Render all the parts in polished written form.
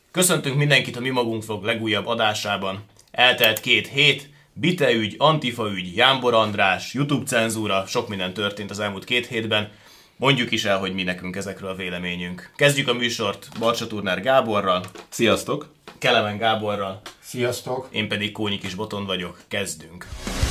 Köszöntünk mindenkit a Mi Magunk Vlog legújabb adásában. Eltelt 2 hét, Bite ügy, Antifa ügy, Jámbor András, YouTube cenzúra, sok minden történt az elmúlt 2 hétben. Mondjuk is el, hogy mi nekünk ezekről a véleményünk. Kezdjük a műsort Barcsa Turner Gáborral. Sziasztok! Kelemen Gáborral. Sziasztok! Én pedig Kónyi Kis Boton vagyok. Kezdünk!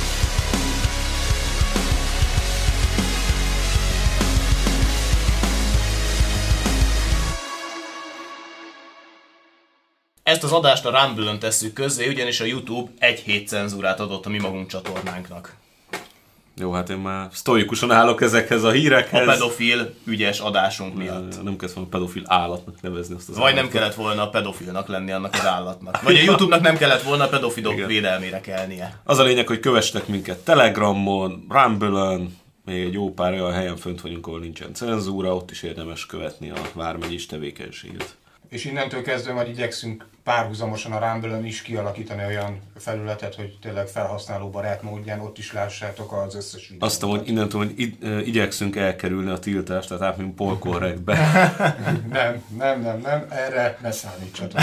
Ezt az adást a Rumble-ön tesszük közzé, ugyanis a YouTube 1 hét cenzúrát adott a Mi Magunk csatornánknak. Jó, hát én már sztoikusan állok ezekhez a hírekhez. A pedofil ügyes adásunk miatt. Nem kellett volna pedofil állatnak nevezni azt az Vagy nem kellett volna a pedofilnak lenni annak az állatnak. Vagy a YouTube-nak nem kellett volna a pedofilok védelmére kelnie. Az a lényeg, hogy kövestek minket Telegramon, Rumble-ön, még egy jó pár olyan helyen fönt vagyunk, ahol nincsen cenzúra, ott is érdemes követni a vármegyés tevékenységet. És innentől kezdve majd igyekszünk párhuzamosan a Rumble-ön is kialakítani olyan felületet, hogy tényleg felhasználóbarát módján ott is lássátok az összes videót. Azt mondom, hogy innentől hogy igyekszünk elkerülni a tiltást, tehát átmint polkorrektbe. Nem, erre ne számítsatok.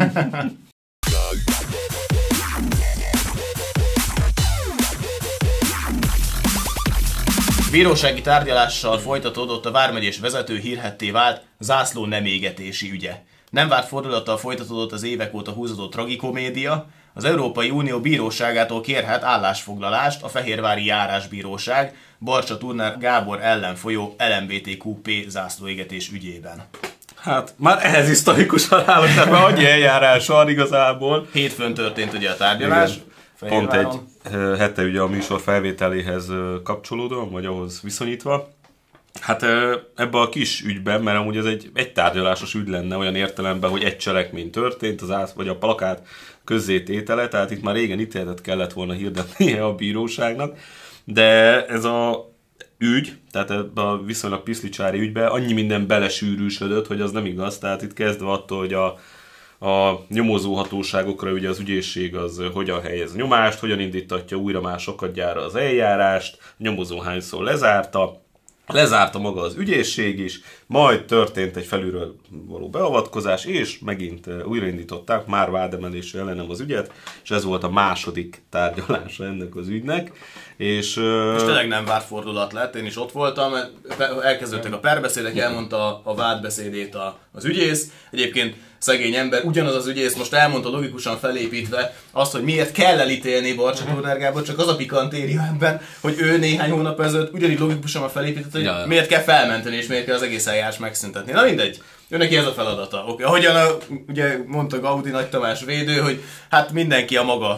Bírósági tárgyalással folytatódott a vármegyés vezető hírhedté vált zászló nem égetési ügye. Nem várt fordulattal folytatódott az évek óta húzódó tragikomédia. Az Európai Unió bíróságától kérhet állásfoglalást a Fehérvári Járásbíróság Barcsa Turner Gábor ellen folyó LMBTQP zászlóégetés ügyében. Hát már ehhez is sztorikusan állok, tehát már annyi eljárás van igazából. Hétfőn történt ugye a tárgyalás. Pont egy hete ugye a műsor felvételéhez kapcsolódóan, vagy ahhoz viszonyítva. Hát ebben a kis ügyben, mert amúgy ez egy tárgyalásos ügy lenne olyan értelemben, hogy egy cselekmény történt, vagy a plakát közzététele, tehát itt már régen ítéletet kellett volna hirdetnie a bíróságnak, de ez a ügy, tehát ebben a viszonylag piszlicsári ügyben annyi minden belesűrűsödött, hogy az nem igaz, tehát itt kezdve attól, hogy a nyomozóhatóságokra ugye az ügyészség az hogyan helyez nyomást, hogyan indítatja újra másokadjára az eljárást, a nyomozó hányszor lezárta maga az ügyészség is, majd történt egy felülről való beavatkozás, és megint újraindították már vádemelésre ellenem az ügyet, és ez volt a második tárgyalása ennek az ügynek. És tényleg nem várt fordulat lett, én is ott voltam, elkezdődtek a perbeszédek, elmondta a vádbeszédét az ügyész. Egyébként szegény ember, ugyanaz az ügyész most elmondta logikusan felépítve azt, hogy miért kell elítélni Barcsa Turner Gábor, csak az a pikantéria ebben, hogy ő néhány hónap ezelőtt ugyanígy logikusan felépített, hogy miért kell felmenteni, és miért kell az egész eljárás megszüntetni. Na mindegy, ő neki ez a feladata. Okay. Ahogyan ugye mondta Gaudi Nagy Tamás védő, hogy hát mindenki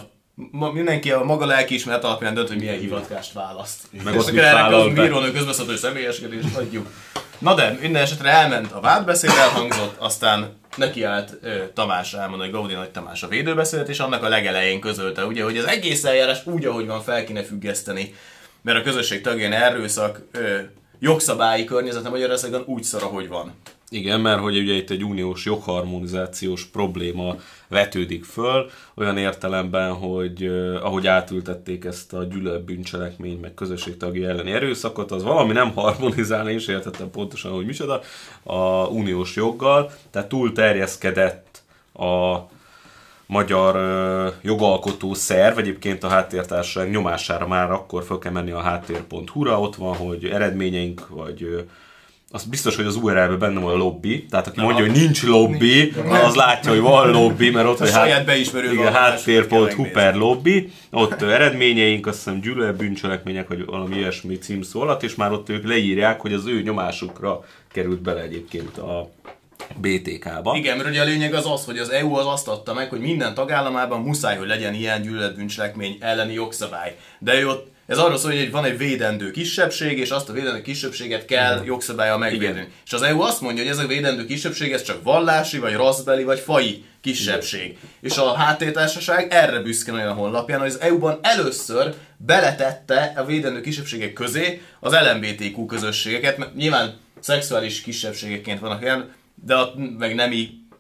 a maga lelkiismeret alapján dönt, hogy milyen hivatkást választ. Meg és ott akkor erre a bírónő közbeszólt, hogy személyeskedést adjuk. Na de, minden esetre elment a vádbeszéd, elhangzott, aztán nekiállt Tamás elmondani, hogy Gaudi Nagy Tamás a védőbeszédet, és annak a legelején közölte, ugye, hogy az egész eljárás úgy, ahogy van, fel kéne függeszteni, mert a közösség tagján erőszak jogszabályi környezete Magyarországon úgy szar, ahogy van. Igen, mert hogy ugye itt egy uniós jogharmonizációs probléma vetődik föl, olyan értelemben, hogy ahogy átültették ezt a gyűlöletbűncselekmény meg közösségtagja elleni erőszakot, az valami nem harmonizálna, és értettem pontosan, hogy micsoda, a uniós joggal, tehát túl terjeszkedett a magyar jogalkotó szerv, egyébként a Háttértársaság nyomására már akkor fel kell menni a háttér.hu-ra, ott van, hogy eredményeink, vagy az biztos, hogy az URL-ben benne van a lobby, tehát aki mondja, hogy nincs lobby, az látja, hogy van lobby, mert ott vagy háttér.hu per lobby, ott eredményeink, azt hiszem gyűlöletbűncselekmények, vagy valami ilyesmi címszó alatt, és már ott ők leírják, hogy az ő nyomásukra került bele egyébként a BTK-ba. Igen, mert ugye a lényeg az, hogy az EU az azt adta meg, hogy minden tagállamában muszáj, hogy legyen ilyen gyűlöletbűncselekmény elleni jogszabály. De ő ott ez arról szól, hogy van egy védendő kisebbség, és azt a védendő kisebbséget kell jogszabállyal megvédeni. Igen. És az EU azt mondja, hogy ez a védendő kisebbség ez csak vallási, vagy rasszbeli, vagy faji kisebbség. Igen. És a Háttértársaság erre büszke olyan honlapján, hogy az EU-ban először beletette a védendő kisebbségek közé az LMBTQ közösségeket, mert nyilván szexuális kisebbségekként vannak ilyen, de meg nemi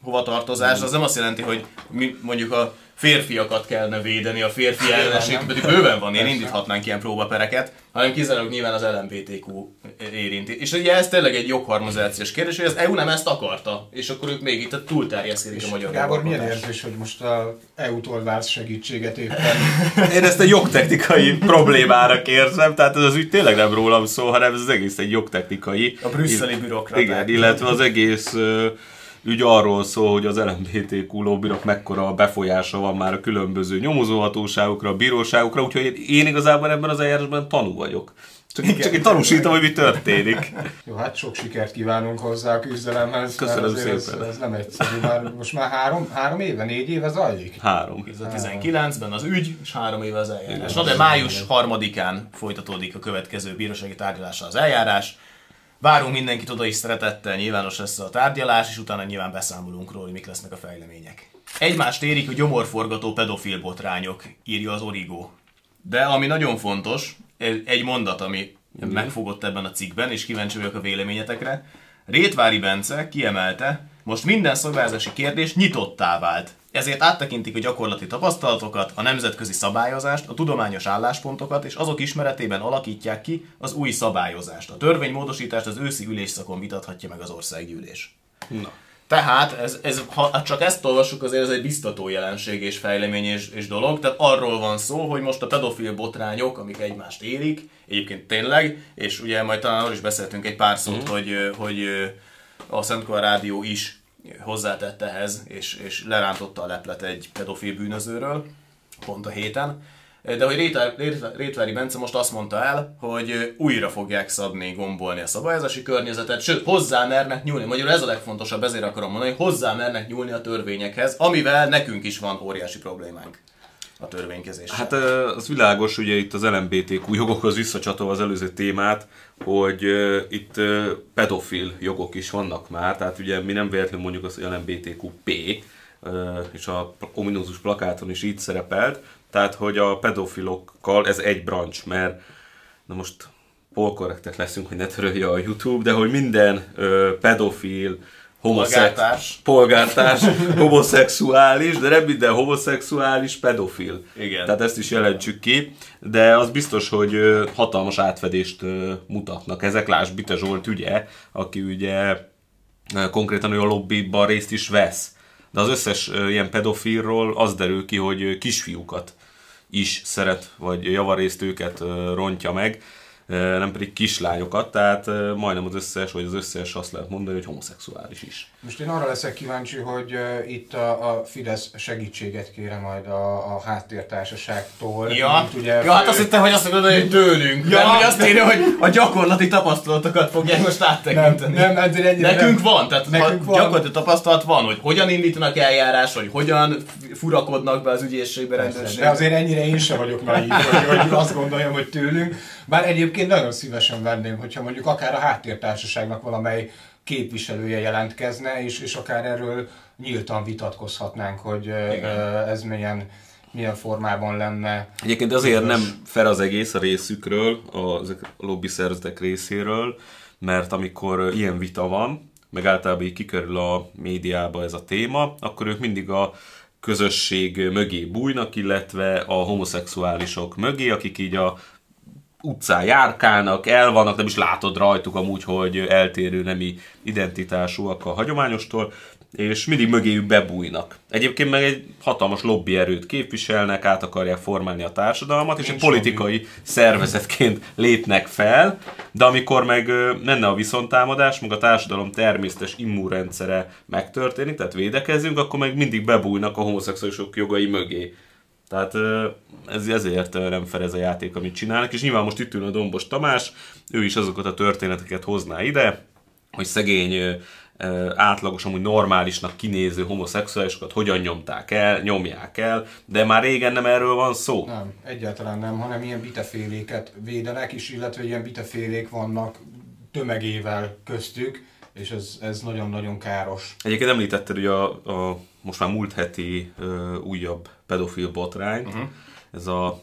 hovatartozás, az nem azt jelenti, hogy mi mondjuk a férfiakat kellene védeni, a férfi ellenesség, pedig bőven van, én indíthatnánk ilyen próbapereket, hanem kizárólag nyilván az LMBTQ érinti. És ugye ez tényleg egy jogharmonizációs kérdés, hogy az EU nem ezt akarta, és akkor ők még itt túlterjesztik a magyar Gábor, milyen érzés, hogy most a EU-tól vársz segítséget éppen? Én ezt egy jogtechnikai problémára érzem, tehát ez az ügy tényleg nem rólam szól, hanem ez az egész egy jogtechnikai. A brüsszeli bürokraták. Igen, illetve az egész ügy arról szól, hogy az LMBTQ lobbynak mekkora befolyása van már a különböző nyomozóhatóságokra, a bíróságokra, úgyhogy én igazából ebben az eljárásban tanú vagyok. Csak én tanúsítom, hogy mi történik. Jó, hát sok sikert kívánunk hozzá a küzdelemhez. Köszönöm szépen. Ez nem egyszerű. Most már 3 éve, 4 éve zajlik? 3. 2019-ben az ügy, és 3 éve az eljárás. Na de május 3-án folytatódik a következő bírósági tárgyalással az eljárás. Várunk mindenkit oda is szeretettel, nyilvános lesz a tárgyalás, és utána nyilván beszámolunk róla, hogy mik lesznek a fejlemények. Egymást érik a gyomorforgató pedofil botrányok, írja az Origo. De ami nagyon fontos, egy mondat, ami megfogott ebben a cikkben, és kíváncsi vagyok a véleményetekre. Rétvári Bence kiemelte, most minden szabályozási kérdés nyitottá vált. Ezért áttekintik a gyakorlati tapasztalatokat, a nemzetközi szabályozást, a tudományos álláspontokat, és azok ismeretében alakítják ki az új szabályozást. A törvénymódosítást az őszi ülésszakon vitathatja meg az országgyűlés. Na. Tehát, ha csak ezt olvassuk, azért ez egy biztató jelenség és fejlemény és dolog. Tehát arról van szó, hogy most a pedofil botrányok, amik egymást érik, egyébként tényleg, és ugye majd talán arról is beszéltünk egy pár szót, hogy a Szent Rádió is hozzátett ehhez, és lerántotta a leplet egy pedofil bűnözőről, pont a héten. De hogy Rétvári Bence most azt mondta el, hogy újra fogják szabni, gombolni a szabályozási környezetet, sőt, hozzá mernek nyúlni. Magyarul ez a legfontosabb, ezért akarom mondani, hogy hozzá mernek nyúlni a törvényekhez, amivel nekünk is van óriási problémánk a törvénykezéssel. Hát az világos, ugye itt az LMBTQ jogokhoz visszacsatolva az előző témát, hogy itt pedofil jogok is vannak már, tehát ugye mi nem véletlenül mondjuk az, hogy LMBTQP, és a ominózus plakáton is így szerepelt, tehát hogy a pedofilokkal ez egy brancs, mert na most polkorrektek leszünk, hogy ne törölje a YouTube, de hogy minden pedofil, polgártárs, homoszexuális, de nem minden homoszexuális pedofil. Igen. Tehát ezt is jelentsük ki, de az biztos, hogy hatalmas átfedést mutatnak ezek. Lásd Bite Zsolt ügye, aki ugye konkrétan a lobbyban részt is vesz. De az összes ilyen pedofilról az derül ki, hogy kisfiúkat is szeret, vagy javarészt őket rontja meg, nem pedig kislányokat, tehát majdnem az összes, vagy az összes azt lehet mondani, hogy homoszexuális is. Most én arra leszek kíváncsi, hogy itt a Fidesz segítséget kére majd a háttértársaságtól. Ja, hát azt hittem, hogy azt mondod, hogy tőlünk. Ja. Mert azt írja, hogy a gyakorlati tapasztalatokat fogják most áttekinteni. Nem, nekünk van, tehát nekünk van. Gyakorlati tapasztalat van, hogy hogyan indítanak eljárás, hogy hogyan furakodnak be az ügyészségbe, rendőrségbe. De azért ennyire én sem vagyok naív, hogy azt gondoljam, hogy tőlünk. Bár egyébként nagyon szívesen venném, hogyha mondjuk akár a háttértársaságnak valamely képviselője jelentkezne, és akár erről nyíltan vitatkozhatnánk, hogy ez milyen formában lenne. Egyébként azért nem fair az egész a részükről, a lobby szervezetek részéről, mert amikor ilyen vita van, meg általában így kikerül a médiába ez a téma, akkor ők mindig a közösség mögé bújnak, illetve a homoszexuálisok mögé, akik így a utcán járkálnak, el vannak, nem is látod rajtuk amúgy, hogy eltérő nemi identitásúak a hagyományostól, és mindig mögéjük bebújnak. Egyébként meg egy hatalmas lobbyerőt képviselnek, át akarják formálni a társadalmat, és egy politikai szervezetként lépnek fel, de amikor meg menne a viszontámadás, meg a társadalom természetes immunrendszere megtörténik, tehát védekezünk, akkor meg mindig bebújnak a homoszexuálisok jogai mögé. Tehát ezért nem fel ez a játék, amit csinálnak, és nyilván most itt ül a Dombos Tamás, ő is azokat a történeteket hozná ide, hogy szegény, átlagos, amúgy normálisnak kinéző homoszexuálisokat hogyan nyomják el, de már régen nem erről van szó. Nem, egyáltalán nem, hanem ilyen biteféléket védenek is, illetve ilyen bitefélék vannak tömegével köztük, és ez nagyon-nagyon káros. Egyébként említetted, hogy a most már múlt heti újabb pedofil botrány, ez a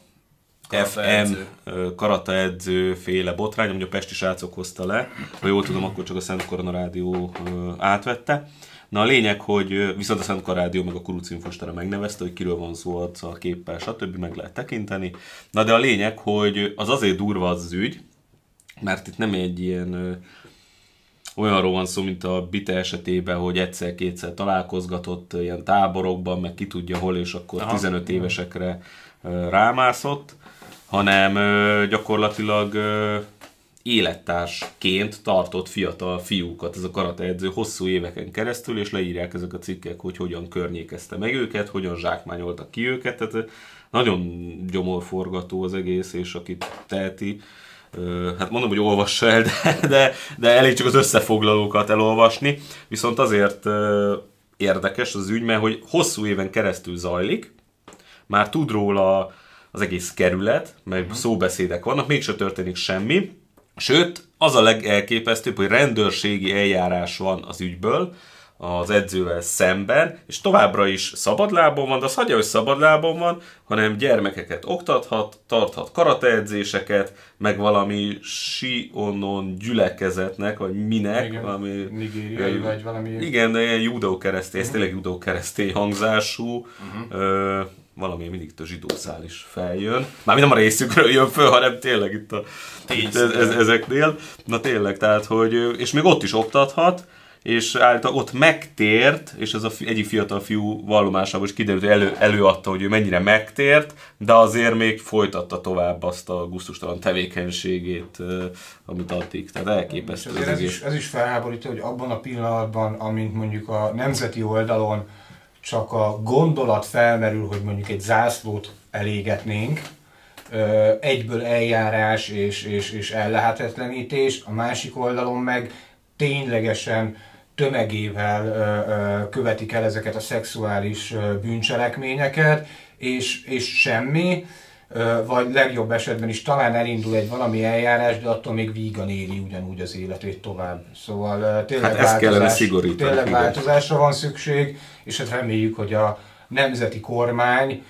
FM karateedző féle botrány, amit a pesti srácok hozta le, ha jól tudom, akkor csak a Szent Korona Rádió átvette. Na a lényeg, hogy viszont a Szentka Rádió meg a Kuruc Infostára megnevezte, hogy kiről van szó a képpel, stb. Meg lehet tekinteni. Na de a lényeg, hogy az azért durva az ügy, mert itt nem egy ilyen olyanról van szó, mint a Bite esetében, hogy egyszer-kétszer találkozgatott ilyen táborokban, meg ki tudja hol, és akkor 15 évesekre rámászott, hanem gyakorlatilag élettársként tartott fiatal fiúkat, ez a karateedző hosszú éveken keresztül, és leírják ezek a cikkek, hogy hogyan környékezte meg őket, hogyan zsákmányoltak ki őket, tehát nagyon gyomorforgató az egész, és akit teheti, hát mondom, hogy olvassa el, de elég csak az összefoglalókat elolvasni, viszont azért érdekes az ügy, mert hogy hosszú éven keresztül zajlik, már tud róla az egész kerület, meg szóbeszédek vannak, mégse történik semmi, sőt, az a legelképesztőbb, hogy rendőrségi eljárás van az ügyből, az edzővel szemben, és továbbra is szabadlábon van, de az hagyja, hogy szabadlábon van, hanem gyermekeket oktathat, tarthat karateedzéseket, meg valami Sionon gyülekezetnek, vagy minek, igen, valami... nigériai, vagy valami... Igen, de ilyen judó-keresztény, ez tényleg judó-keresztény hangzású, valami mindig itt a zsidószál is feljön. Már nem a részükről jön föl, hanem tényleg itt ezeknél. Na tényleg, tehát, hogy... És még ott is oktathat, és állítólag ott megtért, és ez egyik fiatal fiú vallomásában is kiderült, hogy előadta, hogy ő mennyire megtért, de azért még folytatta tovább azt a gusztustalan tevékenységét, amit addig. Tehát elképesztő az egész. Ez is felháborító, hogy abban a pillanatban, amint mondjuk a nemzeti oldalon csak a gondolat felmerül, hogy mondjuk egy zászlót elégetnénk, egyből eljárás és ellehetetlenítés, a másik oldalon meg ténylegesen tömegével követik el ezeket a szexuális bűncselekményeket, és semmi, vagy legjobb esetben is talán elindul egy valami eljárás, de attól még vígan éli ugyanúgy az életét tovább. Szóval tényleg változásra van szükség, és hát reméljük, hogy a nemzeti kormány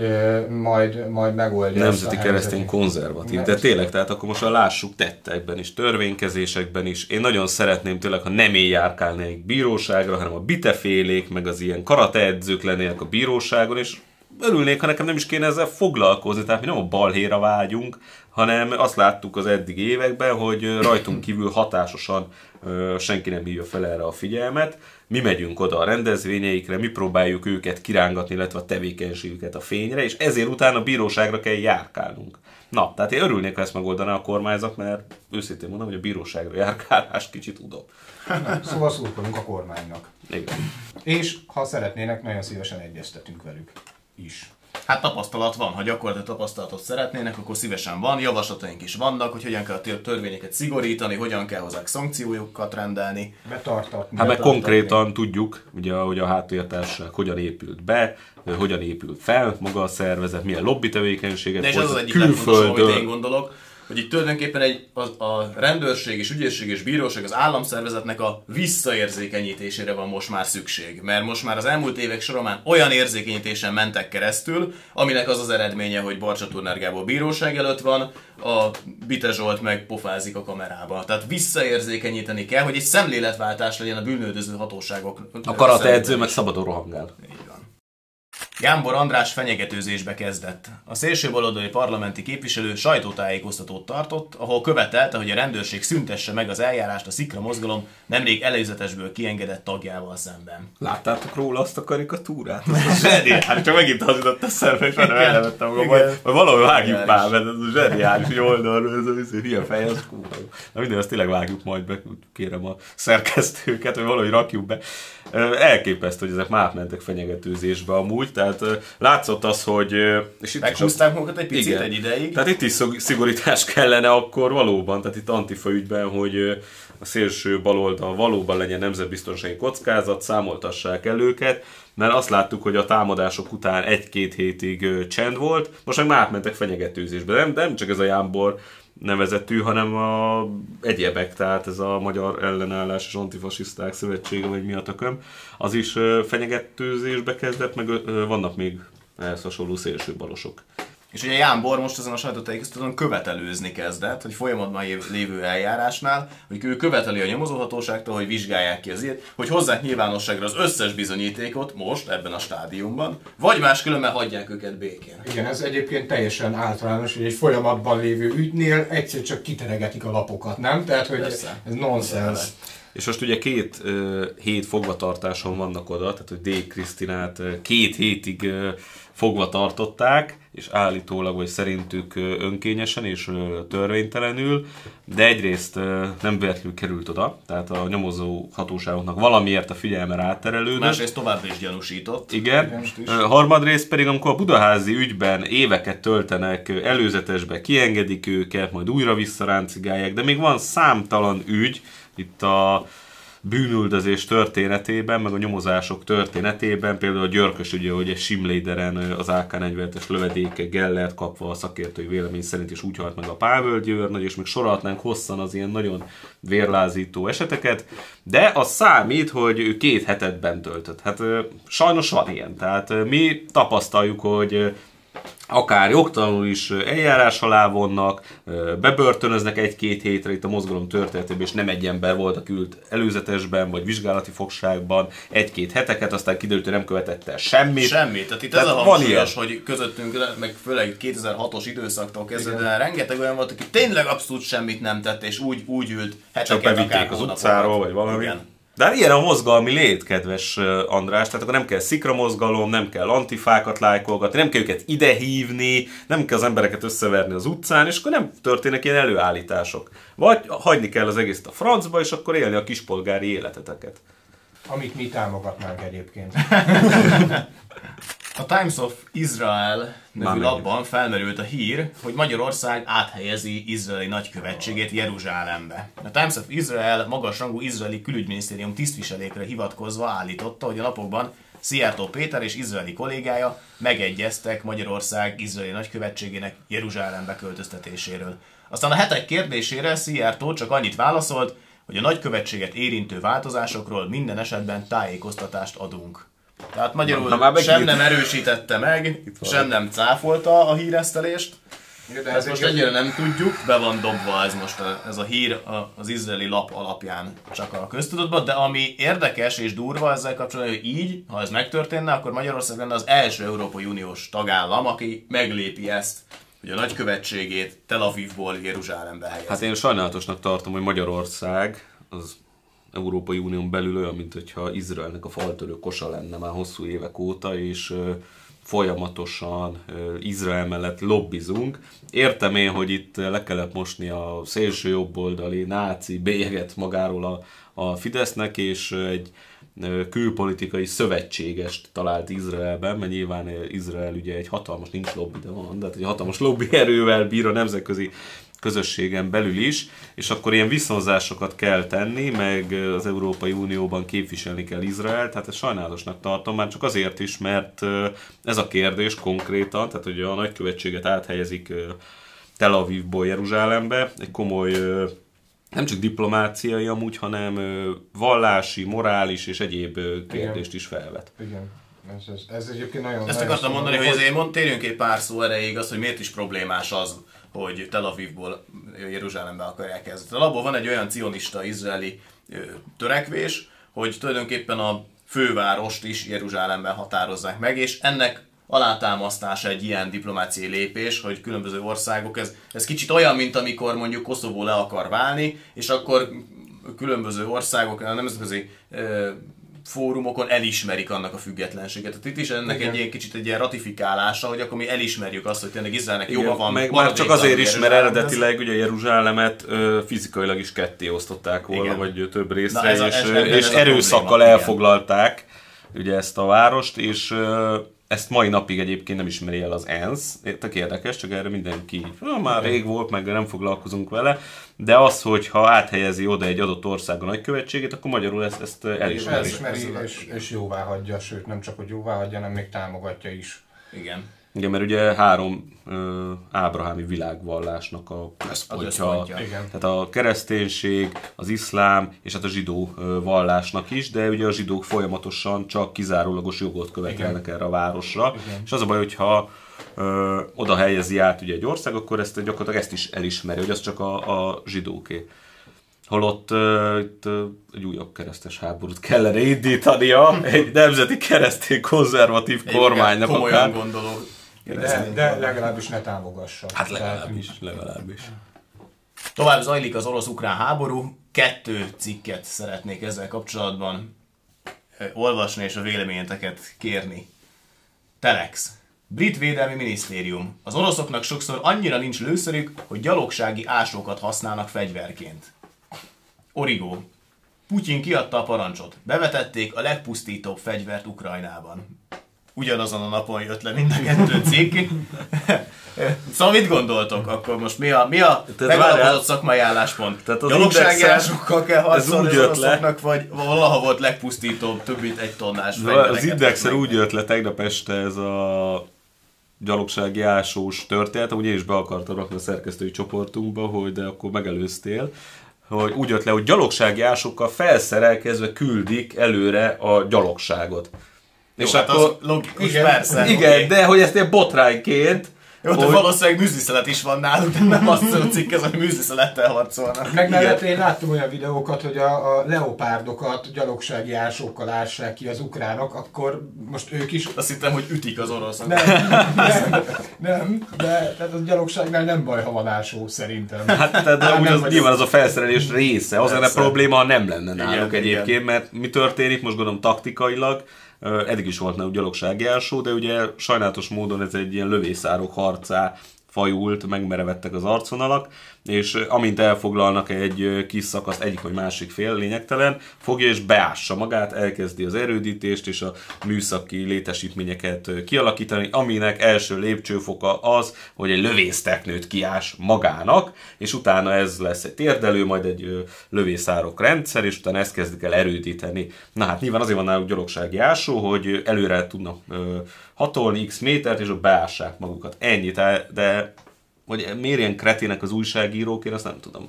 majd megoldja. Nemzeti keresztény konzervatív, de tényleg, tehát akkor most lássuk tettekben is, törvénykezésekben is. Én nagyon szeretném tényleg, ha nem én járkálnék bíróságra, hanem a bitefélék, meg az ilyen karateedzők lennének a bíróságon, és örülnék, ha nekem nem is kéne ezzel foglalkozni, tehát mi nem a balhéra vágyunk, hanem azt láttuk az eddigi években, hogy rajtunk kívül hatásosan senki nem hívja fel erre a figyelmet. Mi megyünk oda a rendezvényeikre, mi próbáljuk őket kirángatni, illetve a tevékenységüket a fényre, és ezért utána a bíróságra kell járkálnunk. Na, tehát én örülnék, ha ezt megoldaná a kormányzat, mert őszintén mondom, hogy a bíróságra járkálást kicsit udom. Szóval szurkolunk a kormánynak. Igen. És ha szeretnének, nagyon szívesen egyeztetünk velük is. Hát tapasztalat van, ha gyakorlatilag tapasztalatot szeretnének, akkor szívesen van, javaslataink is vannak, hogy hogyan kell a törvényeket szigorítani, hogyan kell hozzá szankciójukat rendelni. Betartatni. Hát meg konkrétan tudjuk, ugye, hogy a háttértársaság hogyan épült be, hogyan épült fel maga a szervezet, milyen lobby tevékenységet. De és az az egyik legfontosabb, amit én gondolok, hogy itt tulajdonképpen a rendőrség és ügyészség és bíróság az államszervezetnek a visszaérzékenyítésére van most már szükség. Mert most már az elmúlt évek során olyan érzékenyítésen mentek keresztül, aminek az az eredménye, hogy Barcsa Turner Gábor bíróság előtt van, a Bite Zsolt meg pofázik a kamerába. Tehát visszaérzékenyíteni kell, hogy egy szemléletváltás legyen a bűnöldöző hatóságok. A karateedző meg szabadon rohangál. Így van. Gámbor András fenyegetőzésbe kezdett. A szélsőbaloldali parlamenti képviselő sajtótájékoztatót tartott, ahol követelte, hogy a rendőrség szüntesse meg az eljárást a Szikra mozgalom nemrég előzetesből kiengedett tagjával szemben. Láttátok róla azt a karikatúrát? Zseniális, csak megint az jutott eszembe, és már elvettem magam, majd valahogy vágjuk már, mert ez a zseniális oldalról, ez a hülye fej, az kúra. Na minden, azt tényleg vágjuk majd be, kérem a szerkesztőket, hogy valahogy rakjuk be. Elképesztő, hogy ezek már mentek fenyegetőzésbe amúgy, tehát látszott az, hogy... Meghúzták magukat egy picit egy ideig. Tehát itt is szigorítás kellene akkor valóban, tehát itt Antifa ügyben, hogy a szélső baloldal valóban legyen nemzetbiztonsági kockázat, számoltassák el őket, mert azt láttuk, hogy a támadások után 1-2 hétig csend volt, most meg már átmentek fenyegetőzésbe. Nem csak ez a Jámbor nevezetű, hanem egyebek, tehát ez a Magyar Ellenállás és Antifasiszták Szövetsége, vagy mi a tököm, az is fenyegetőzésbe kezdett, meg vannak még ehhez hasonló szélsőbalosok. És ugye Ján Bor most ezen a sajtótájékoztatón követelőzni kezdett, hogy folyamatban lévő eljárásnál, hogy ő követeli a nyomozóhatóságtól, hogy vizsgálják ki az ilyet, hogy hozzák nyilvánosságra az összes bizonyítékot most ebben a stádiumban, vagy máskülönben hagyják őket békén. Igen, ez egyébként teljesen általános, hogy egy folyamatban lévő ügynél egyszer csak kiteregetik a lapokat, nem? Tehát, hogy ez nonsens. És most ugye 2 hét fogvatartáson vannak oda, tehát hogy D. Krisztinát 2 hétig fogva tartották, és állítólag, vagy szerintük önkényesen és törvénytelenül, de egyrészt nem véletlenül került oda, tehát a nyomozó hatóságoknak valamiért a figyelme ráterelődött. Másrészt továbbra is gyanúsított. Igen. Harmadrészt pedig, amikor a budaházi ügyben éveket töltenek előzetesbe, kiengedik őket, majd újra visszaráncigálják, de még van számtalan ügy itt a bűnüldözés történetében, meg a nyomozások történetében, például a Györkös ügye, hogy egy Simléderen az AK-47-es lövedéke Gellert kapva a szakértői vélemény szerint is úgy halt meg a Pável Győrnagy, és még sorolhatnánk hosszan az ilyen nagyon vérlázító eseteket, de az számít, hogy ő 2 hetet bent töltött. Hát sajnos van ilyen, tehát mi tapasztaljuk, hogy akár jogtalanul is eljárás alá vonnak, bebörtönöznek 1-2 hétre itt a mozgalom történetében, és nem egy ember volt, aki ült előzetesben, vagy vizsgálati fogságban 1-2 heteket, aztán kiderült, hogy nem követett el semmit. Semmit. Tehát itt ez a hangsúlyos, hogy közöttünk, meg főleg 2006-os időszaktól kezdve, rengeteg olyan volt, aki tényleg abszolút semmit nem tett, és úgy ült heteket, csak bevitték az utcáról, vagy valami. Igen. De hát ilyen a mozgalmi lét, kedves András, tehát akkor nem kell szikra mozgalom, nem kell antifákat lájkolgatni, nem kell őket idehívni, nem kell az embereket összeverni az utcán, és akkor nem történnek ilyen előállítások. Vagy hagyni kell az egészet a francba, és akkor élni a kispolgári életeteket. Amit mi támogatnánk egyébként. A Times of Israel nevű lapban felmerült a hír, hogy Magyarország áthelyezi izraeli nagykövetségét Jeruzsálembe. A Times of Israel magasrangú izraeli külügyminisztérium tisztviselékre hivatkozva állította, hogy a napokban Szijjártó Péter és izraeli kollégája megegyeztek Magyarország izraeli nagykövetségének Jeruzsálembe költöztetéséről. Aztán a hetek kérdésére Szijjártó csak annyit válaszolt, hogy a nagykövetséget érintő változásokról minden esetben tájékoztatást adunk. Tehát magyarul sem nem erősítette meg, sem nem cáfolta a híresztelést. Ezt most egyre nem tudjuk, be van dobva ez a hír az izraeli lap alapján csak a köztudatban, de ami érdekes és durva ezzel kapcsolatban, hogy így, ha ez megtörténne, akkor Magyarország lenne az első Európai Uniós tagállam, aki meglépi ezt, hogy a nagykövetségét Tel Avivból Jeruzsálembe helyezi. Hát én sajnálatosnak tartom, hogy Magyarország az Európai Unión belül olyan, mint hogyha Izraelnek a faltörő kosa lenne már hosszú évek óta, és folyamatosan Izrael mellett lobbizunk. Értem én, hogy itt le kellett mosni a szélső jobboldali náci bélyeget magáról a Fidesznek, és egy külpolitikai szövetségest talált Izraelben, mert nyilván Izrael ugye egy hatalmas, nincs lobby, de van, de egy hatalmas lobby erővel bír a nemzetközi közösségen belül is, és akkor ilyen viszonzásokat kell tenni, meg az Európai Unióban képviselni kell Izraelt, tehát ezt sajnálatosnak tartom, már csak azért is, mert ez a kérdés konkrétan, tehát hogy a nagykövetséget áthelyezik Tel Avivból Jeruzsálembe, egy komoly nem csak diplomáciai amúgy, hanem vallási, morális és egyéb kérdést is felvet. Igen. Ez egyébként nagyon... Ezt akartam mondani, hogy ezért térjünk egy pár szó erejéig az, hogy miért is problémás az, hogy Tel Avivból Jeruzsálembe akarják kezdeni. Abból van egy olyan cionista izraeli törekvés, hogy tulajdonképpen a fővárost is Jeruzsálemben határozzák meg, és ennek alátámasztása egy ilyen diplomáciai lépés, hogy különböző országok, ez kicsit olyan, mint amikor mondjuk Koszovó le akar válni, és akkor különböző országok, a nemzetközi fórumokon elismerik annak a függetlenséget. Tehát itt is ennek egy kicsit egy ilyen ratifikálása, hogy akkor mi elismerjük azt, hogy tényleg Izraelnek joga van. Meg már csak azért is, mert eredetileg ugye Jeruzsálemet fizikailag is ketté osztották volna, igen, vagy több részre, és erőszakkal elfoglalták ugye ezt a várost, és ezt mai napig egyébként nem ismeri el az ENSZ. Tök érdekes, csak erre mindenki már rég volt, meg nem foglalkozunk vele. De az, hogyha áthelyezi oda egy adott ország a nagykövetségét, akkor magyarul ezt elismeri. És jóvá hagyja, sőt nem csak, hogy jóvá hagyja, hanem még támogatja is. Igen. Igen, mert ugye 3 ábrahámi világvallásnak a központja. Tehát a kereszténység, az iszlám és hát a zsidó vallásnak is, de ugye a zsidók folyamatosan csak kizárólagos jogot követelnek erre a városra. Igen. És az a baj, hogyha oda helyezi át ugye egy ország, akkor gyakorlatilag ezt is elismeri, hogy az csak a zsidóké. Holott itt egy újabb keresztes háborút kellene indítania egy nemzeti keresztény konzervatív kormánynak. Komolyan gondolom. De legalábbis ne támogassa. Hát legalábbis. Tovább zajlik az orosz-ukrán háború. 2 cikket szeretnék ezzel kapcsolatban olvasni és a véleményeteket kérni. Telex. Brit Védelmi Minisztérium. Az oroszoknak sokszor annyira nincs lőszerük, hogy gyalogsági ásókat használnak fegyverként. Origo. Putyin kiadta a parancsot. Bevetették a legpusztítóbb fegyvert Ukrajnában. Ugyanazon a napon jött le mind a 2 cikk. Szóval mit gondoltok akkor most? Mi a megalapozott szakmai álláspont? Gyalogsági ásokkal kell harcolni az oroszoknak, vagy valaha volt legpusztítóbb, több mint 1 tonnás fegyvereket? Az Indexen úgy jött le tegnap este ez a gyalogsági ásós történet, ugye én is be akartam rakni a szerkesztői csoportunkba, hogy de akkor megelőztél, hogy úgy jött le, hogy gyalogsági ásokkal felszerelkezve küldik előre a gyalogságot. Jó, és hát akkor, az logikus, igen, persze. Igen, okay. De hogy ezt ilyen botrányként... Jó, de valószínűleg műzliszelet is van náluk, de nem azt a cikk, ez, hogy műzliszelettel harcolnak. Meg mellett én láttam olyan videókat, hogy a leopárdokat gyalogsági ásokkal ássák ki az ukránok, akkor most ők is... Azt hittem, hogy ütik az oroszok. Nem, de tehát a gyalogságnál nem baj, ha van ásó, szerintem. Hát de úgy az, nyilván az a felszerelés része, az a probléma nem lenne náluk egyébként, igen. Mert mi történik, most gondolom taktikailag, eddig is volt náluk gyalogsági ásó, de ugye sajnálatos módon ez egy ilyen lövészárok harcá fajult, megmerevettek az arcvonalak, és amint elfoglalnak egy kis szakaszt, egyik vagy másik fél, lényegtelen, fogja és beássa magát, elkezdi az erődítést és a műszaki létesítményeket kialakítani, aminek első lépcsőfoka az, hogy egy lövészteknőt kiás magának, és utána ez lesz egy térdelő, majd egy lövészárok rendszer, és utána ezt kezdik el erődíteni. Na hát nyilván azért van náluk gyalogsági ásó, hogy előre tudnak hatolni x métert, és ott beássák magukat. Ennyi, de hogy miért ilyen kretének az újságírók, én azt nem tudom.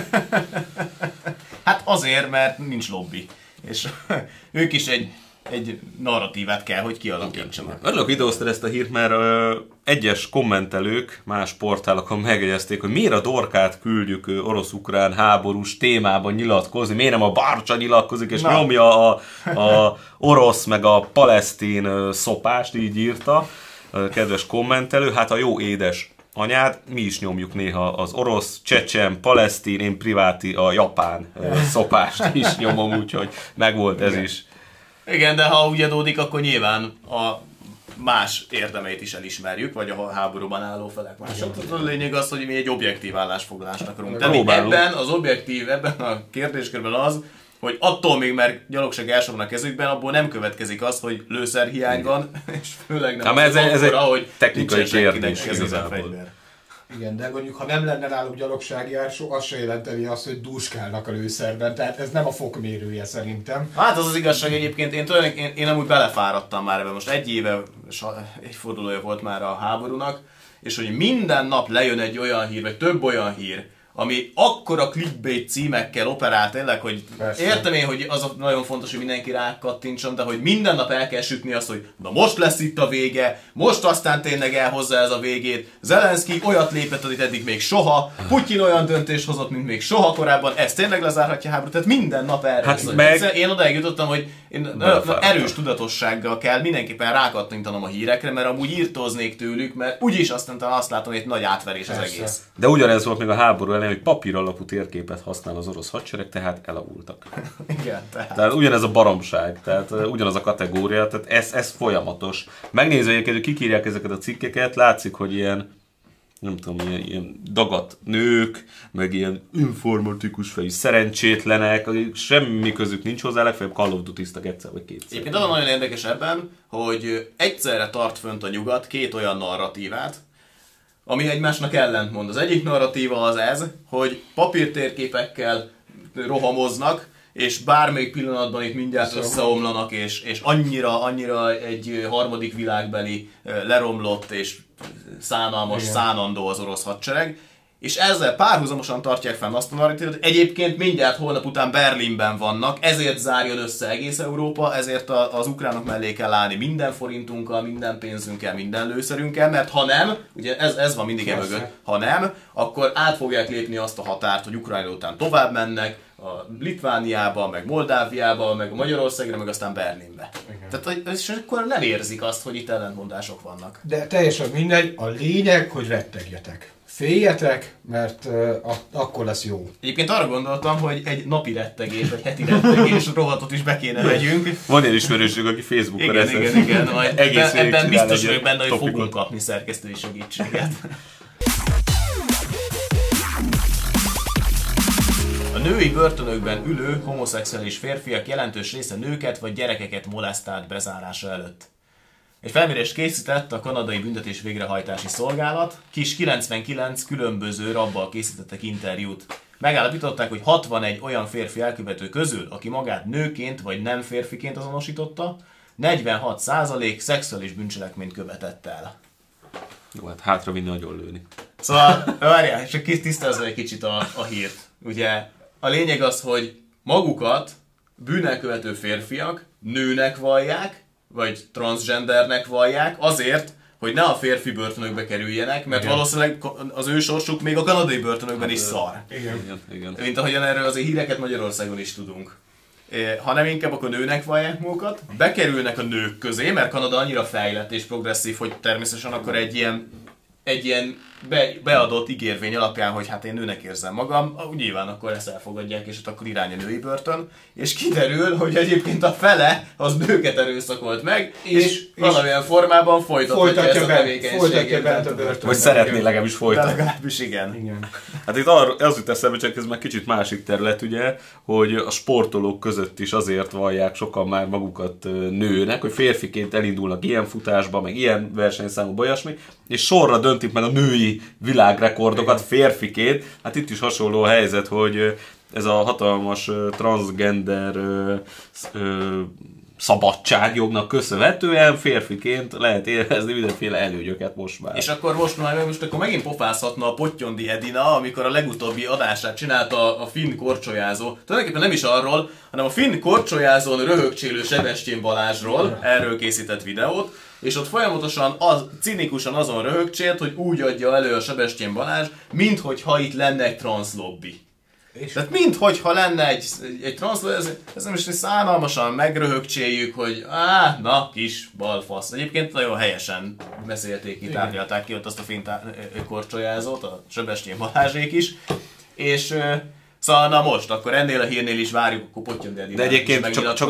Hát azért, mert nincs lobby. És ők is egy narratívát kell, hogy kialakítsanak. Örülök, videóztad ezt a hírt, mert egyes kommentelők más portálokon megjegyezték, hogy miért a Dorkát küldjük orosz-ukrán háborús témában nyilatkozni, miért nem a Barcsa nyilatkozik, és nyomja a orosz meg a palesztin szopást, így írta a kedves kommentelő. Hát a jó édes anyád, mi is nyomjuk néha az orosz, csecsen, palesztin, én priváti a japán szopást is nyomom, úgyhogy megvolt ez is. Igen, de ha úgy adódik, akkor nyilván a más érdemeit is elismerjük, vagy a háborúban álló felek mások. A lényeg az, hogy mi egy objektív állásfoglalást akarunk tenni. Ebben a kérdéskörben az, hogy attól még, mert gyalogsági ásó van a kezükben, abból nem következik az, hogy lőszerhiány van, és főleg nem az ez akkora, hogy technikai kérdés igazából. Igen, de mondjuk, ha nem lenne náluk gyalogsági ásó, az se jelenteni azt, hogy dúskálnak a lőszerben, tehát ez nem a fokmérője szerintem. Hát az igazság egyébként, én amúgy belefáradtam már ebben, most egy fordulója volt már a háborúnak, és hogy minden nap lejön egy olyan hír, vagy több olyan hír, ami akkora clickbait címekkel operál tényleg, hogy persze. Értem én, hogy az nagyon fontos, hogy mindenki rákattintson, de hogy minden nap el kell sütni azt, hogy na most lesz itt a vége, most aztán tényleg elhozza ez a végét, Zelenszky olyat lépett, amit eddig még soha, Putyin olyan döntést hozott, mint még soha korábban, ez tényleg lezárhatja a háborút, tehát minden nap erről hát meg... Én odáig jutottam, hogy erős tudatossággal kell mindenképpen rákattintanom a hírekre, mert amúgy írtóznék tőlük, mert úgyis aztán azt látom, hogy egy nagy átverés az egész. De ugyanez volt még a háború elején, hogy papír alapú térképet használ az orosz hadsereg, tehát elavultak. Igen, tehát ugyanez a baromság, tehát ugyanaz a kategória, tehát ez folyamatos. Megnézve egyébként, hogy kikírják ezeket a cikkeket, látszik, hogy ilyen nem tudom, ilyen dagat nők, meg ilyen informatikus fejű szerencsétlenek, akik semmi közük nincs hozzá, legfeljebb Call of Duty-ztak egyszer vagy kétszer. Egyébként az a nagyon érdekes ebben, hogy egyszerre tart fönt a nyugat két olyan narratívát, ami egymásnak ellentmond. Az egyik narratíva az ez, hogy papírtérképekkel rohamoznak, és bármelyik pillanatban itt mindjárt összeomlanak, és annyira egy harmadik világbeli leromlott és szánalmas, szánandó az orosz hadsereg, és ezzel párhuzamosan tartják fenn azt a narratívát, egyébként mindjárt holnap után Berlinben vannak, ezért zárjon össze egész Európa, ezért az ukránok mellé kell állni minden forintunkkal, minden pénzünkkel, minden lőszerünkkel, mert ha nem, ugye ez van mindig emögött, ha nem, akkor át fogják lépni azt a határt, hogy Ukrajna után tovább mennek, a Litvániába, meg Moldáviába, meg Magyarországra, meg aztán Berlinbe. Igen. Tehát és akkor nem érzik azt, hogy itt ellentmondások vannak. De teljesen mindegy, a lényeg, hogy rettegjetek. Féljetek, mert akkor lesz jó. Egyébként arra gondoltam, hogy egy napi rettegés, vagy heti rettegés rovatot is be kéne vegyünk. Van ilyen ismerőség, aki Facebookon igen. Majd ebben biztos vagyok benne, hogy fogunk kapni szerkesztői segítséget. A női börtönökben ülő homoszexuális férfiak jelentős része nőket vagy gyerekeket molesztált bezárása előtt. Egy felmérést készített a kanadai büntetés végrehajtási szolgálat, kis 99 különböző rabbal készítettek interjút. Megállapították, hogy 61 olyan férfi elkövető közül, aki magát nőként vagy nem férfiként azonosította, 46% szexuális bűncselekményt követett el. Jó, hát hátravinni, nagyon lőni. Szóval, várjál, csak tisztázva egy kicsit a hírt. Ugye a lényeg az, hogy magukat bűnelkövető férfiak nőnek vallják, vagy transgendernek vallják, azért, hogy ne a férfi börtönökbe kerüljenek, mert valószínűleg az ő sorsuk még a kanadai börtönökben is szar. Igen. Mint ahogyan erről azért híreket Magyarországon is tudunk. Hanem inkább akkor nőnek vallják magukat, bekerülnek a nők közé, mert Kanada annyira fejlett és progresszív, hogy természetesen akkor egy ilyen beadott ígérvény alapján, hogy hát én nőnek érzem magam, nyilván akkor ezt elfogadják, és akkor irány a női börtön, és kiderül, hogy egyébként a fele az nőket erőszakolt meg, és valamilyen formában folytatja ezt a tevékenységet. Bent a börtön. Vagy szeretné legalábbis folytatni. Legalábbis igen. Hát itt az jut eszembe, csak ez már kicsit másik terület, ugye, hogy a sportolók között is azért vallják sokan már magukat nőnek, hogy férfiként elindulnak ilyen futásba, meg ilyen versenyszámokba, olyasmi, és sorra döntik meg a női világrekordokat férfiként. Hát itt is hasonló a helyzet, hogy ez a hatalmas transgender szabadságjognak köszönhetően férfiként lehet élvezni mindenféle előnyöket most már. És akkor most akkor megint pofázhatna a Pottyondi Edina, amikor a legutóbbi adását csinálta a finn korcsolyázó. Tulajdonképpen nem is arról, hanem a finn korcsolyázón röhögcsélő Sebestyén Balázsról, erről készített videót, és ott folyamatosan cinikusan azon röhögcsélt, hogy úgy adja elő a Sebestyén Balázs, minthogyha itt lenne egy transzlobbi. Tehát minthogyha lenne egy transzlobbi, ez nem is szánalmasan megröhögcséljük, hogy na, kis balfasz. Egyébként nagyon helyesen beszélték ki, tárgyalták ki ott azt a finn korcsolyázót, a Sebestyén Balázsék is, és szóval na most, akkor ennél a hírnél is várjuk, akkor Pottyondi Edinát. De egyébként csak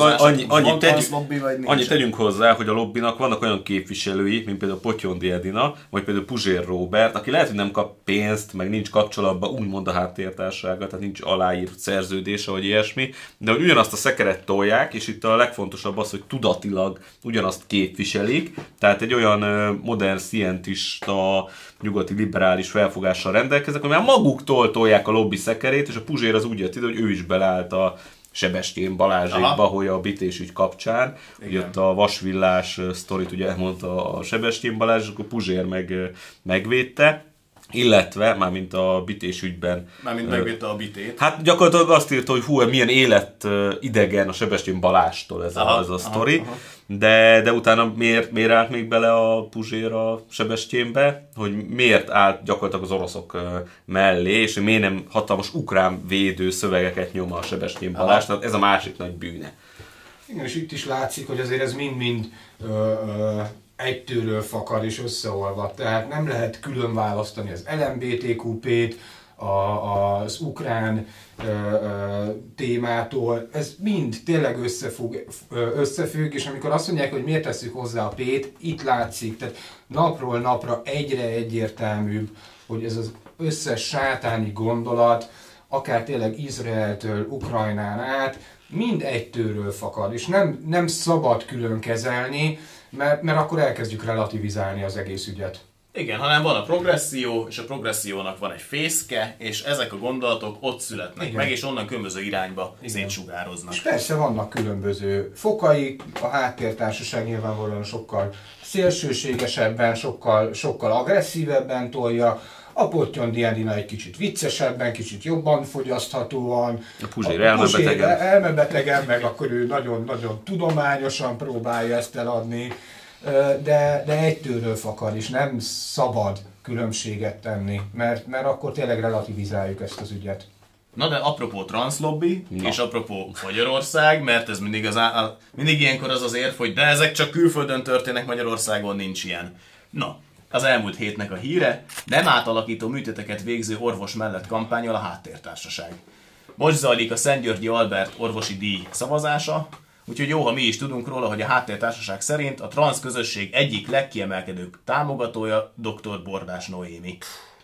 annyit tegyünk hozzá, hogy a lobbinak vannak olyan képviselői, mint például Pottyondi Edina, vagy például Puzsér Róbert, aki lehet, hogy nem kap pénzt, meg nincs kapcsolatban úgymond a háttértársága, tehát nincs aláírt szerződése, vagy ilyesmi, de hogy ugyanazt a szekeret tolják, és itt a legfontosabb az, hogy tudatilag ugyanazt képviselik, tehát egy olyan modern szientista, nyugati liberális felfogással rendelkeznek, hogy már maguktól tolják a lobby szekerét, és a Puzsér az úgy jött ide, hogy ő is beleállt a Sebestyén Balázsékba, hogy a Bités ügy kapcsán, ugye ott a vasvillás sztorit ugye elmondta a Sebestyén Balázs, és akkor Puzsér megvédte, illetve, mármint a Bités ügyben... Mármint megvédte a Bitét. Hát gyakorlatilag azt írta, hogy milyen idegen a Sebestyén Balástól ez a sztori, de utána miért állt még bele a Puzsér a Sebestyénbe, hogy miért állt gyakorlatilag az oroszok mellé, és miért nem hatalmas ukrán védő szövegeket nyom a Sebestyén Balázs, tehát ez a másik nagy bűne. Igen, és itt is látszik, hogy azért ez mind-mind egy tőről fakad és összeolvad, tehát nem lehet külön választani az LMBTQ-t, az ukrán témától, ez mind tényleg összefügg, és amikor azt mondják, hogy miért tesszük hozzá a P-t, itt látszik, tehát napról napra egyre egyértelműbb, hogy ez az összes sátáni gondolat, akár tényleg Izraeltől, Ukrajnán át, mind egy tőről fakad, és nem szabad külön kezelni, mert akkor elkezdjük relativizálni az egész ügyet. Igen, hanem van a progresszió, és a progressziónak van egy fészke, és ezek a gondolatok ott születnek meg, és onnan különböző irányba szétsugároznak. És persze vannak különböző fokai, a háttértársaság nyilvánvalóan sokkal szélsőségesebben, sokkal agresszívebben tolja, a Pottyón D&D-nál egy kicsit viccesebben, kicsit jobban fogyaszthatóan. A Puzsér elmebetegen, meg akkor ő nagyon tudományosan próbálja ezt eladni, de egytőről fakad, és nem szabad különbséget tenni, mert akkor tényleg relativizáljuk ezt az ügyet. Na de apropó transzlobbi, és apropó Magyarország, mert ez mindig ilyenkor az érv, hogy de ezek csak külföldön történnek, Magyarországon nincs ilyen. Na, az elmúlt hétnek a híre, nem átalakító műtéteket végző orvos mellett kampányol a Háttértársaság. Most zajlik a Szentgyörgyi Albert orvosi díj szavazása, úgyhogy jó, ha mi is tudunk róla, hogy a Háttértársaság szerint a transz közösség egyik legkiemelkedőbb támogatója dr. Bordás Noémi.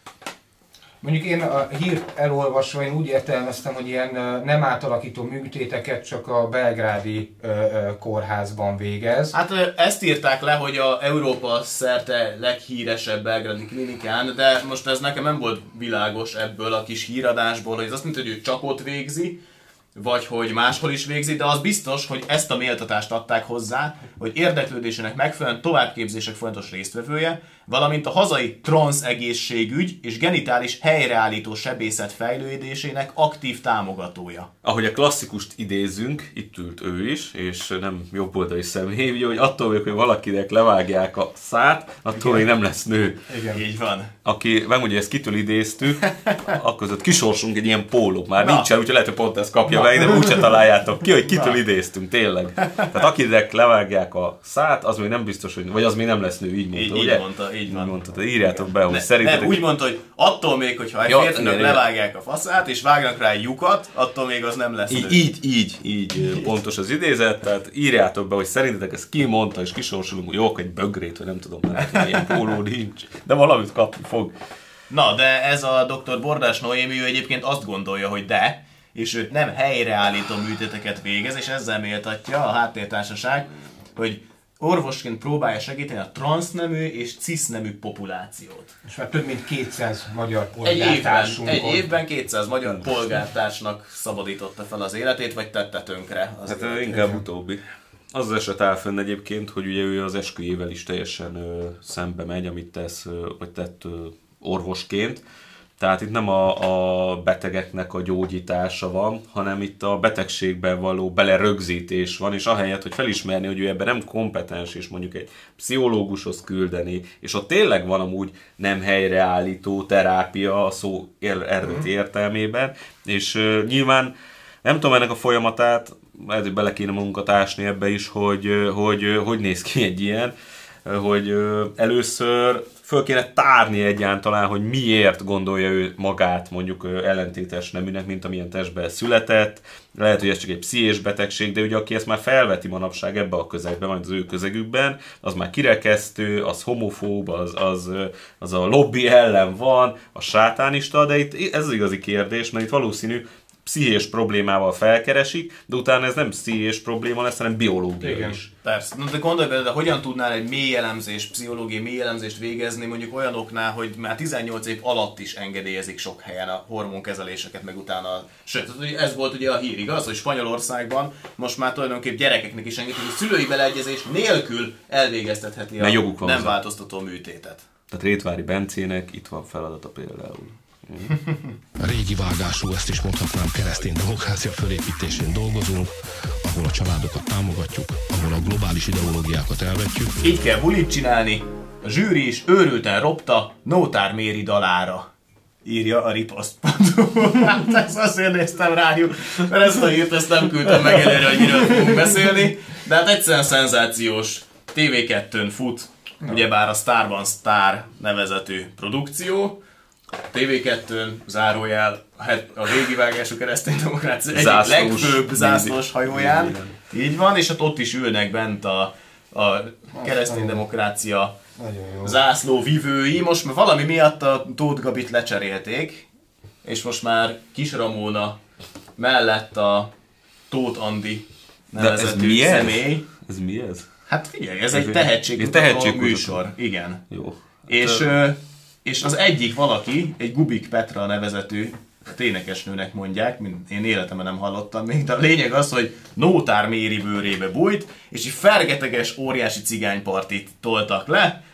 Mondjuk én a hírt elolvasva én úgy értelmeztem, hogy ilyen nem átalakító műtéteket csak a belgrádi kórházban végez. Hát ezt írták le, hogy a Európa szerte leghíresebb belgrádi klinikán, de most ez nekem nem volt világos ebből a kis híradásból, hogy ez azt mondja, hogy ő csak ott végzi, vagy hogy máshol is végzi, de az biztos, hogy ezt a méltatást adták hozzá, hogy érdeklődésének megfelelően továbbképzések fontos résztvevője, valamint a hazai transzegészségügy és genitális helyreállító sebészet fejlődésének aktív támogatója. Ahogy a klasszikust idézzünk, itt ült ő is, és nem jobboldali személy, ugye, hogy attól, hogy valakinek levágják a szát, attól még nem lesz nő. Igen. Így van. Aki megmondja, ezt kitől idéztük, akkor kisorsunk egy ilyen pólót. Már nincsen, úgyhogy lehet, hogy pont ezt kapja meg, de úgyse találjátok ki, hogy kitől idéztünk, tényleg. Tehát akinek levágják a szát, az még nem biztos, hogy, vagy az még nem lesz nő, így mondta, ugye? Így mondta, így van. Mondta, tehát írjátok be, hogy szerintetek... Nem, úgy mondta, hogy attól még, hogyha egy férfinak levágják a faszát, és vágnak rá egy lyukat, attól még az nem lesz nő. Így pontos az idézet, tehát írjátok be, hogy szerintetek ezt ki mondta, és kisorsolunk, hogy jó, egy bögrét, vagy nem tudom, mert ilyen póló nincs, de valamit kapni fog. Na, de ez a dr. Bordás Noémi, ő egyébként azt gondolja, hogy de, és ő nem helyreállító műtéteket végez, és ezzel méltatja a Háttértársaság, hogy orvosként próbálja segíteni a transznemű és cisznemű populációt. És már több mint 200 magyar polgártársunk. Egy évben 200 magyar polgártársnak szabadította fel az életét, vagy tette tönkre az hát életét. inkább utóbbi. Az az eset áll fenn egyébként, hogy ugye ő az esküjével is teljesen szembe megy, amit tesz, vagy tett orvosként. Tehát itt nem a betegeknek a gyógyítása van, hanem itt a betegségben való belerögzítés van, és ahelyett, hogy felismerni, hogy ő ebben nem kompetens, és mondjuk egy pszichológushoz küldeni, és ott tényleg van amúgy nem helyreállító terápia a szó eredeti értelmében, és nyilván nem tudom ennek a folyamatát, lehet, hogy bele kéne magunkat ásni ebbe is, hogy néz ki egy ilyen, hogy először föl kéne tárni egyáltalán, hogy miért gondolja ő magát mondjuk ellentétes neműnek, mint amilyen testben született. Lehet, hogy ez csak egy pszichés betegség, de ugye aki ezt már felveti manapság ebbe a közegben, majd az ő közegükben, az már kirekesztő, az homofób, az a lobby ellen van, a sátánista, de itt ez az igazi kérdés, mert itt valószínű pszichés problémával felkeresik, de utána ez nem pszichés probléma lesz, hanem biológiai is. Persze. De gondolj bele, de hogyan tudnál egy mély elemzést, pszichológiai mély elemzést végezni mondjuk olyanoknál, hogy már 18 év alatt is engedélyezik sok helyen a hormonkezeléseket, meg utána... Sőt, ez volt ugye a hír, igaz, hogy Spanyolországban most már tulajdonképpen gyerekeknek is engedik, hogy szülői beleegyezés nélkül elvégeztetheti a nem változtató műtétet. Tehát Rétvári Bencének itt van feladata például. Régi vágású, ezt is mondhatnám, keresztény demokrácia fölépítésén dolgozunk, ahol a családokat támogatjuk, ahol a globális ideológiákat elvetjük. Így kell bulit csinálni, a zsűri is őrülten ropta Nótár Méri dalára. Írja a riposzt.hu. Hát ezt azért néztem rájuk, mert ezt a hírt ezt nem küldtem meg előre, hogy miről fogunk beszélni, de hát egyszerűen szenzációs. TV2-n fut, ugyebár a Starban Star nevezetű produkció. TV2-n zárójel a régi vágású kereszténydemokrácia egyik legfőbb zászlós hajóján. Így van, és ott is ülnek bent a kereszténydemokrácia zászló vivői. Most már valami miatt a Tóth Gabit lecserélték, és most már Kis Ramóna mellett a Tóth Andi nevezetű személy. Ez mi ez? Hát figyelj, ez egy tehetségkutató műsor. Igen. Jó. És az egyik valaki, egy Gubik Petra nevezetű énekesnőnek mondják, én életemben nem hallottam még, de a lényeg az, hogy Nótár Méri bőrébe bújt, és egy fergeteges, óriási cigánypartit toltak le,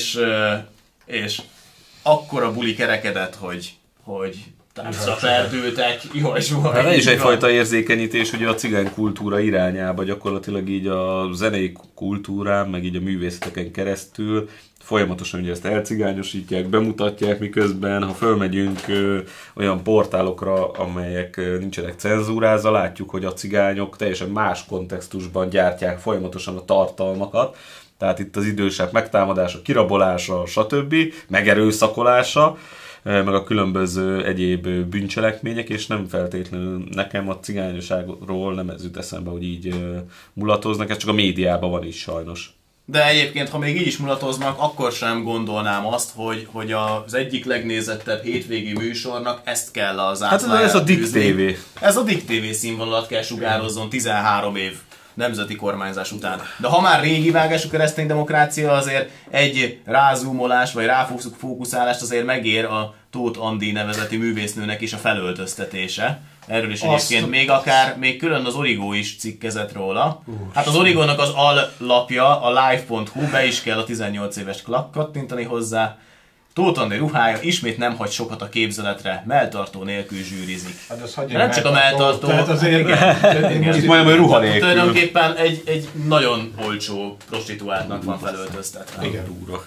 és akkora buli kerekedett, hogy tárcaferdültek, hát ez is egyfajta érzékenyítés ugye a cigány kultúra irányába, gyakorlatilag így a zenei kultúrán, meg így a művészeteken keresztül folyamatosan ugye ezt elcigányosítják, bemutatják, miközben ha fölmegyünk olyan portálokra, amelyek nincsenek cenzúrázva, látjuk, hogy a cigányok teljesen más kontextusban gyártják folyamatosan a tartalmakat. Tehát itt az idősek megtámadása, kirabolása, stb., megerőszakolása, meg a különböző egyéb bűncselekmények, és nem feltétlenül nekem a cigányosságról nem ez jut eszembe, hogy így mulatoznak, ez csak a médiában van is sajnos. De egyébként, ha még így is mulatoznak, akkor sem gondolnám azt, hogy az egyik legnézettebb hétvégi műsornak ezt kell az ászlájára. Hát ez a Dick TV. Ez a Dick TV színvonalat kell sugározzon 13 év nemzeti kormányzás után. De ha már régi vágású kereszténydemokrácia, azért egy rázúmolás vagy ráfókuszálást azért megér a Tóth Andi nevezeti művésznőnek is a felöltöztetése. Erről is egyébként még külön az Origo is cikkezett róla. Hát az Origónak az allapja, a live.hu, be is kell a 18 éves kattintani hozzá. Tóth Andi ruhája ismét nem hagy sokat a képzeletre, melltartó nélkül zsűrizik. Hát nem csak a melltartó, tehát azért itt majdnem, hogy ruha nélkül. Tulajdonképpen egy nagyon olcsó prostituáltnak van felöltöztetve. Igen.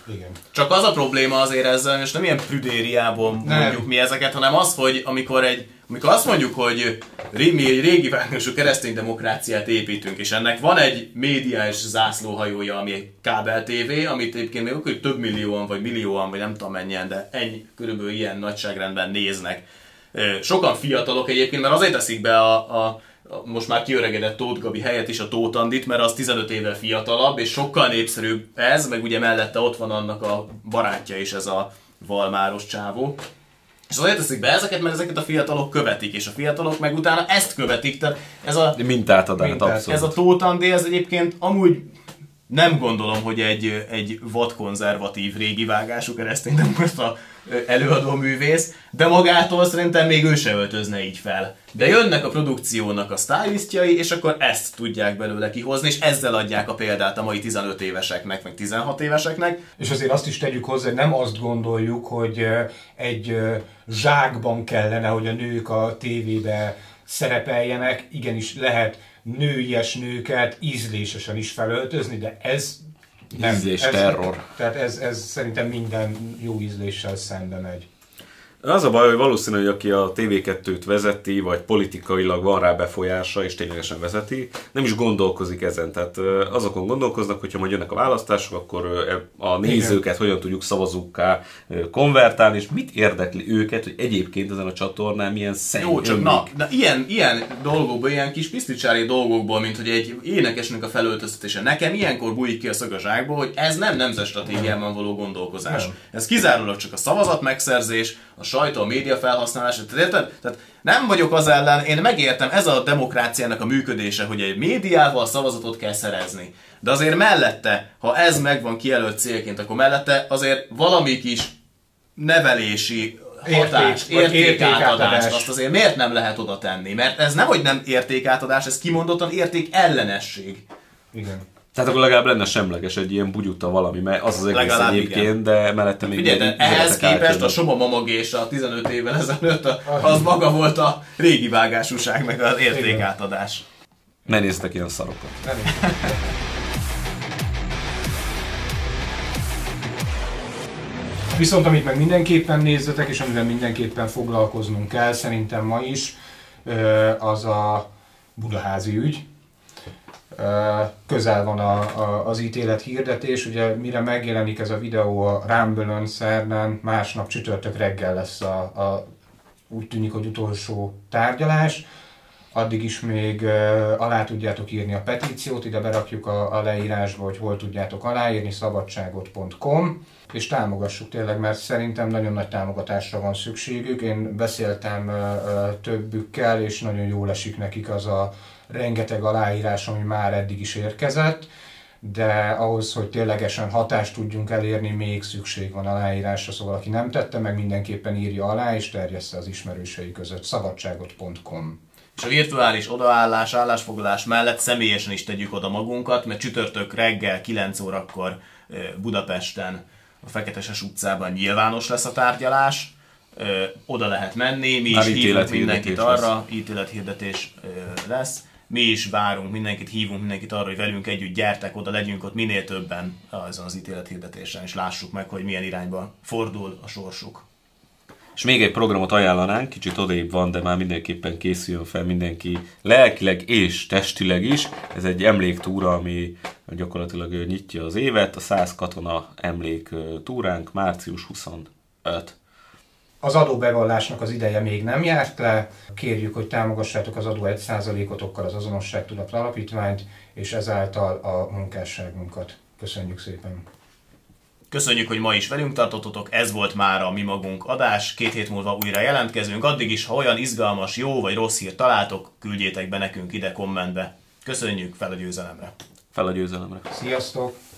Csak az a probléma azért ezzel, és nem ilyen prüdériából mondjuk mi ezeket, hanem az, hogy amikor azt mondjuk, hogy mi egy régi vágású kereszténydemokráciát építünk, és ennek van egy médiás zászlóhajója, ami egy kábel TV, amit egyébként még akkor több millióan, vagy millióan, vagy nem tudom mennyien, de körülbelül ilyen nagyságrendben néznek. Sokan fiatalok egyébként, mert azért teszik be a most már kiöregedett Tóth Gabi helyett is a Tóth Andit, mert az 15 évvel fiatalabb, és sokkal népszerűbb ez, meg ugye mellette ott van annak a barátja is, ez a Valmáros csávó. És azért teszik be ezeket, mert ezeket a fiatalok követik, és a fiatalok meg utána ezt követik. Tehát ez a mintátadás, abszolút. Ez a Tóth Andi, ez egyébként amúgy nem gondolom, hogy egy vadkonzervatív régi vágású kereszténydemokrata előadó művész, de magától szerintem még ő se öltözne így fel. De jönnek a produkciónak a stylistjai, és akkor ezt tudják belőle kihozni, és ezzel adják a példát a mai 15 éveseknek, meg 16 éveseknek. És azért azt is tegyük hozzá, hogy nem azt gondoljuk, hogy egy zsákban kellene, hogy a nők a tévébe szerepeljenek. Igenis lehet nőies nőket ízlésesen is felöltözni, de ez nem ízlés terror. Tehát ez szerintem minden jó ízléssel szembe megy. Az a baj, hogy valószínű, hogy aki a TV2-t vezeti, vagy politikailag van rá befolyása, és ténylegesen vezeti, nem is gondolkozik ezen. Tehát azokon gondolkoznak, hogyha majd jönnek a választások, akkor a nézőket hogyan tudjuk szavazókká konvertálni, és mit érdekli őket, hogy egyébként ezen a csatornán milyen szenny. Jó, csak de ilyen dolgokból, ilyen kis piszlicsári dolgokból, mint hogy egy énekesnek a felöltöztetése. Nekem ilyenkor bújik ki a szög a zsákból, hogy ez nem nemzetstratégiában való gondolkozás. Nem. Ez kizárólag csak a szavazat megszerzés, a sajtó, a média felhasználása. Tehát nem vagyok az ellen, én megértem, ez a demokráciának a működése, hogy egy médiával szavazatot kell szerezni. De azért mellette, ha ez megvan kijelölt célként, akkor mellette azért valami kis nevelési hatást, értékátadást, azt azért miért nem lehet oda tenni? Mert ez nem, hogy nem értékátadás, ez kimondottan értékellenesség. Igen. Tehát akkor legalább lenne semleges egy ilyen bugyuta valami, mert az egész legalább egyébként, igen. De mellette még... Figyelj, de ehhez képest a Soma Mamagés a 15 évvel ezelőtt, az maga volt a régi vágásúság, meg az értékátadás. Ne néztek ilyen szarokat. Viszont amit meg mindenképpen nézzetek, és amivel mindenképpen foglalkoznunk kell, szerintem ma is, az a budaházi ügy. Közel van az ítélet hirdetés, ugye mire megjelenik ez a videó a Rumble-ön szerdán, másnap csütörtök reggel lesz úgy tűnik, hogy utolsó tárgyalás. Addig is még alá tudjátok írni a petíciót, ide berakjuk a leírásba, hogy hol tudjátok aláírni, szabadságot.com, és támogassuk tényleg, mert szerintem nagyon nagy támogatásra van szükségük. Én beszéltem többükkel, és nagyon jól esik nekik az a rengeteg aláírás, ami már eddig is érkezett. de ahhoz, hogy ténylegesen hatást tudjunk elérni, még szükség van aláírásra, szóval aki nem tette meg, mindenképpen írja alá és terjessze az ismerősei között. szabadságot.com. És a virtuális odaállás, állásfoglalás mellett személyesen is tegyük oda magunkat, mert csütörtök reggel 9 órakor Budapesten, a Feketeses utcában nyilvános lesz a tárgyalás. Oda lehet menni, mi is hívunk mindenkit arra, ítélethirdetés lesz. Mi is várunk mindenkit, hívunk mindenkit arra, hogy velünk együtt gyertek oda, legyünk ott minél többen azon az ítélethirdetésen, és lássuk meg, hogy milyen irányba fordul a sorsuk. És még egy programot ajánlanánk, kicsit odébb van, de már mindenképpen készüljön fel mindenki lelkileg és testileg is. Ez egy emléktúra, ami gyakorlatilag nyitja az évet, a 100 katona emléktúránk, március 25. Az adóbevallásnak az ideje még nem járt le. Kérjük, hogy támogassátok az adó 1%-otokkal az Azonosságtudat Alapítványt, és ezáltal a munkásságunkat. Köszönjük szépen! Köszönjük, hogy ma is velünk tartottatok, ez volt már a Mi Magunk adás, 2 hét múlva újra jelentkezünk, addig is, ha olyan izgalmas, jó vagy rossz hírt találtok, küldjétek be nekünk ide kommentbe. Köszönjük, fel a győzelemre! Fel a győzelemre! Sziasztok!